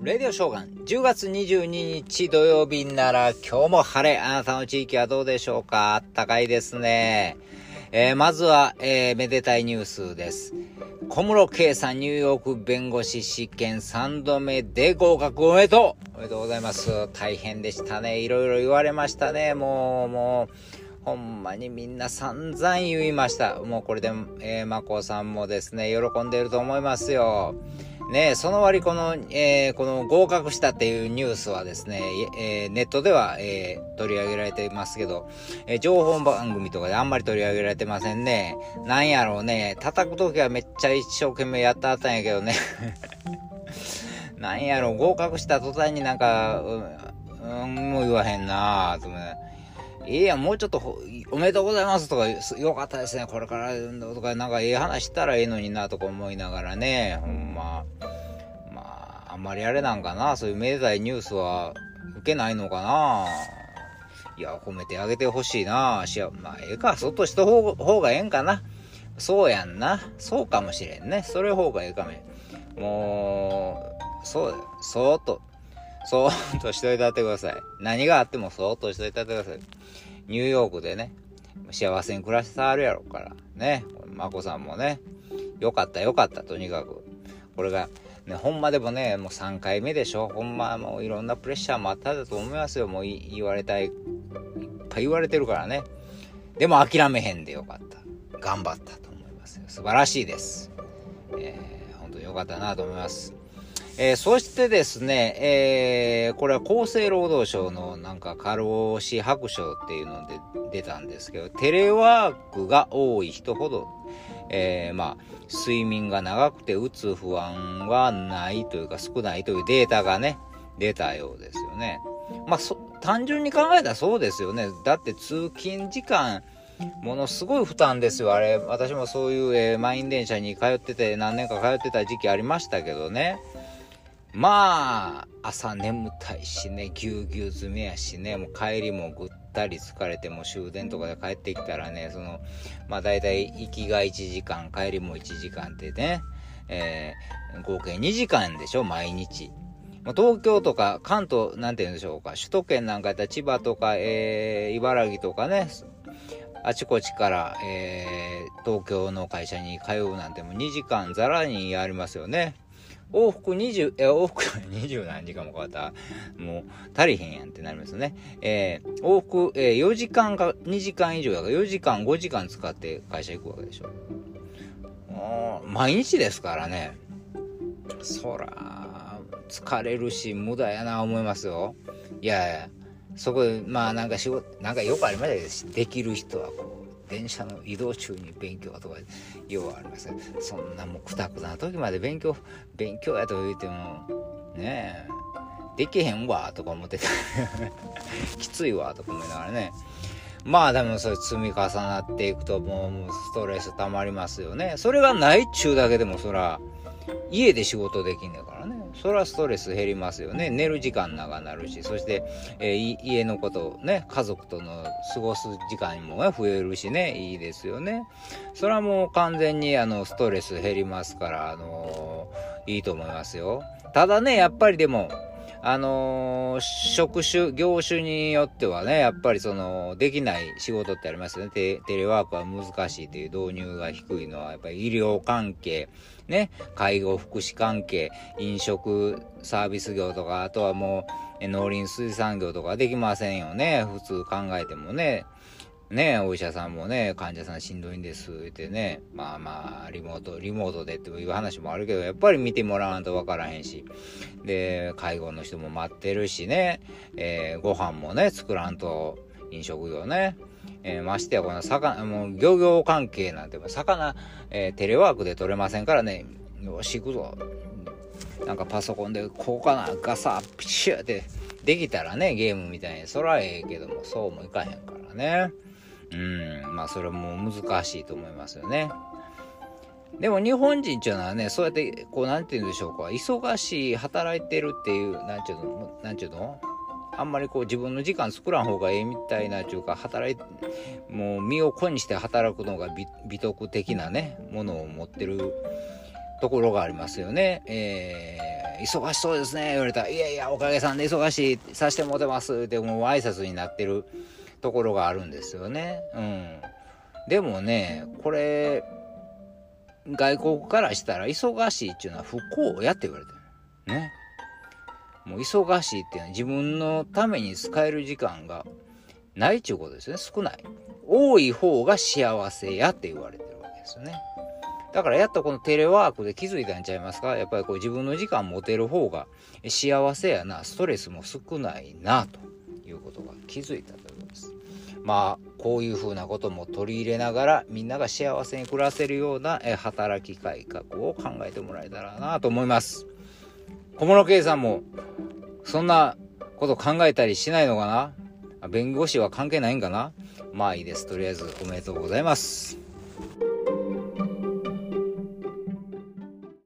レディオショーガン10月22日土曜日なら今日も晴れ。あなたの地域はどうでしょうか。あったかいですね。まずは、めでたいニュースです。小室圭さんニューヨーク弁護士試験3度目で合格。おめでとうございます。大変でしたね。いろいろ言われましたね。もうほんまにみんな散々言いました。もうこれで、まこさんもですね喜んでいると思いますよね。その割この合格したっていうニュースはですね、ネットでは、取り上げられてますけど、情報番組とかであんまり取り上げられてませんね。なんやろうね、叩くときはめっちゃ一生懸命やったんやけどねなんやろう、合格した途端になんかもう言わへんなぁと思って、いやもうちょっとおめでとうございますとか、よかったですねこれからとか、なんか話したらいいのになとか思いながらね、ほんまあんまりあれなんかな、そういうめでたいニュースは受けないのかな。いや褒めてあげてほしいな。まあええか、そっとした方がええんかな。そうやんな、そうかもしれんね。それ方がええかも。もうそーっとしといてあってください。何があってもそーっとしといてあってください。ニューヨークでね幸せに暮らしてあるやろからね。まこさんもねよかったとにかく。これがね、ほんまでもねもう3回目でしょ。ほんまもういろんなプレッシャーもあったと思いますよ。もう言われたいいっぱい言われてるからね。でも諦めへんでよかった、頑張ったと思いますよ。素晴らしいです。本当によかったなと思います。そしてですね、これは厚生労働省のなんか過労死白書っていうので出たんですけど、テレワークが多い人ほど、睡眠が長くてうつ不安はないというか少ないというデータがね出たようですよね。単純に考えたらそうですよね。だって通勤時間ものすごい負担ですよあれ。私もそういう、満員電車に通ってて何年か通ってた時期ありましたけどね。朝眠たいしね、ぎゅうぎゅう詰めやしね、もう帰りもぐったり疲れて、もう終電とかで帰ってきたらね、だいたい行きが1時間帰りも1時間ってね、合計2時間でしょ毎日。東京とか関東なんて言うんでしょうか、首都圏なんかやったら千葉とか、茨城とかね、あちこちから、東京の会社に通うなんてもう2時間ざらにありますよね。往復20何時間もかかったらもう足りへんやんってなりますね。往復、4時間か2時間以上だから4時間5時間使って会社行くわけでしょ。毎日ですからね。そら疲れるし無駄やな思いますよ。いやそこでなんか仕事なんかよくありましたけど、できる人はこう電車の移動中に勉強とかようあります。そんなもうくたくたな時まで勉強やと言ってもねできへんわとか思ってたきついわとか思いながらね。でもそれ積み重なっていくともうストレス溜まりますよね。それがないっちゅうだけでもそら家で仕事できんねんからね。それはストレス減りますよね。寝る時間長なるし、そして、家のことね、家族との過ごす時間も、ね、増えるしね、いいですよね。それはもう完全にストレス減りますから、いいと思いますよ。ただね、やっぱりでも職種業種によってはねやっぱりできない仕事ってありますよね。テレワークは難しいという導入が低いのはやっぱり医療関係ね、介護福祉関係、飲食サービス業とか、あとはもう農林水産業とかできませんよね。普通考えてもね。お医者さんもね患者さんしんどいんですってね、リモートでっていう話もあるけど、やっぱり見てもらわんと分からへんし、で介護の人も待ってるしね、ご飯もね作らんと、飲食業ね、ましてやこの魚もう漁業関係なんて魚、テレワークで取れませんからね。よし行くぞ、なんかパソコンでこうかなガサッピシューってできたらねゲームみたいにそらええけども、そうもいかへんからね。それも難しいと思いますよね。でも日本人っていうのはね、そうやってなんて言うんでしょうか、忙しい働いてるっていうなんちゅうのあんまり自分の時間作らん方がええみたいなっていうか、もう身を粉にして働くのが美徳的なねものを持ってるところがありますよね。 忙しそうですね言われたら、いやいやおかげさんで忙しいさせてもらってますってもう挨拶になってるところがあるんですよね。でもねこれ外国からしたら忙しいっていうのは不幸やって言われてるね。もう忙しいっていうのは自分のために使える時間がないっていうことですよね。少ない。多い方が幸せやって言われてるわけですよね。だからやっとこのテレワークで気づいたんちゃいますか。やっぱりこう自分の時間持てる方が幸せやな、ストレスも少ないなということが気づいたということです。まあこういうふうなことも取り入れながらみんなが幸せに暮らせるような働き改革を考えてもらえたらなと思います。小室圭さんもそんなこと考えたりしないのかな。弁護士は関係ないんかな。まあいいです。とりあえずおめでとうございます。